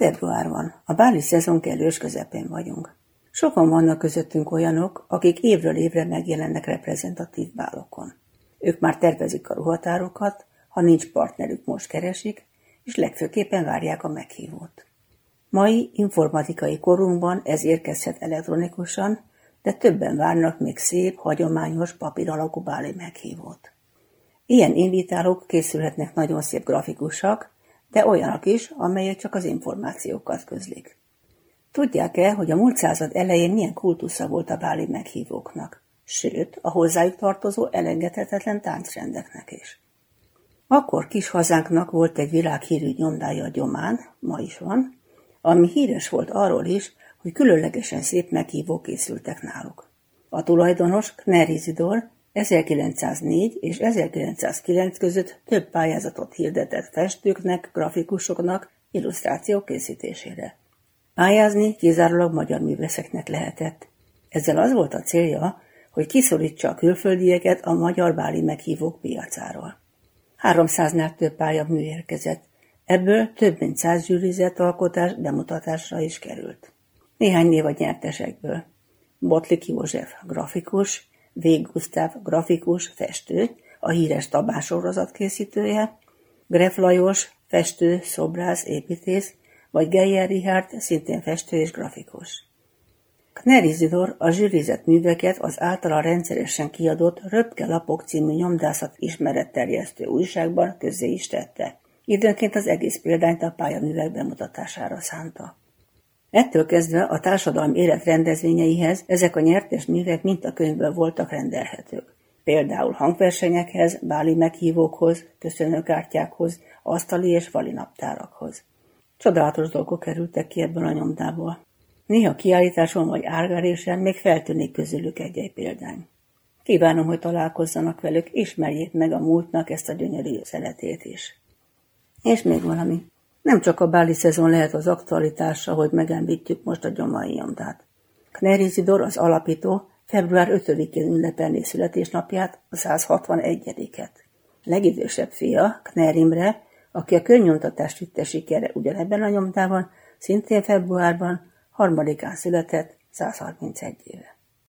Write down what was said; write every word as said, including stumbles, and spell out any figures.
Február van, a báli szezon kellős közepén vagyunk. Sokan vannak közöttünk olyanok, akik évről évre megjelennek reprezentatív bálokon. Ők már tervezik a ruhatárukat, ha nincs partnerük, most keresik, és legfőképpen várják a meghívót. Mai informatikai korunkban ez érkezhet elektronikusan, de többen várnak még szép, hagyományos papír alakú báli meghívót. Ilyen invitálók készülhetnek nagyon szép grafikusak, de olyanok is, amelyek csak az információkat közlik. Tudják-e, hogy a múlt század elején milyen kultusza volt a báli meghívóknak, sőt, a hozzájuk tartozó elengedhetetlen táncrendeknek is. Akkor kis hazánknak volt egy világhírű nyomdája a Gyomán, ma is van, ami híres volt arról is, hogy különlegesen szép meghívók készültek náluk. A tulajdonos, Knern Izidor, ezerkilencszáznégy és ezerkilencszázkilenc között több pályázatot hirdetett festőknek, grafikusoknak, illusztrációk készítésére. Pályázni kizárólag magyar művészeknek lehetett. Ezzel az volt a célja, hogy kiszorítsa a külföldieket a magyar báli meghívók piacáról. háromszáznál több pályamű érkezett, ebből több mint száz zsűrizett alkotás bemutatásra is került. Néhány név a nyertesekből: Botlik József, grafikus, Vég Gusztáv, grafikus, festő, a híres Tabán sorozat készítője, Greff Lajos, festő, szobrász, építész, vagy Geyer Richard, szintén festő és grafikus. Knern Izidor a zsűrizett műveket az általa rendszeresen kiadott Röpke lapok című nyomdászat ismeretterjesztő újságban közzé is tette. Időnként az egész példányt a pályaművek bemutatására szánta. Ettől kezdve a társadalmi élet rendezvényeihez ezek a nyertes művek mintakönyvből voltak rendelhetők. Például hangversenyekhez, báli meghívókhoz, köszönőkártyákhoz, asztali és fali naptárakhoz. Csodálatos dolgok kerültek ki ebből a nyomdából. Néha kiállításon vagy árverésen még feltűnik közülük egy-egy példány. Kívánom, hogy találkozzanak velük, ismerjék meg a múltnak ezt a gyönyörű szeletét is. És még valami. Nem csak a báli szezon lehet az aktualitása, hogy megemlítjük most a gyomai nyomdát. Knern Izidor, az alapító, február ötödikén ünnepelné születésnapját, a száz hatvanegyediket Legidősebb fia, Knern Imre, aki a könyvnyomtatás vitte sikere ugyanebben a nyomdában, szintén februárban, harmadikán született, száz harmincegy éve.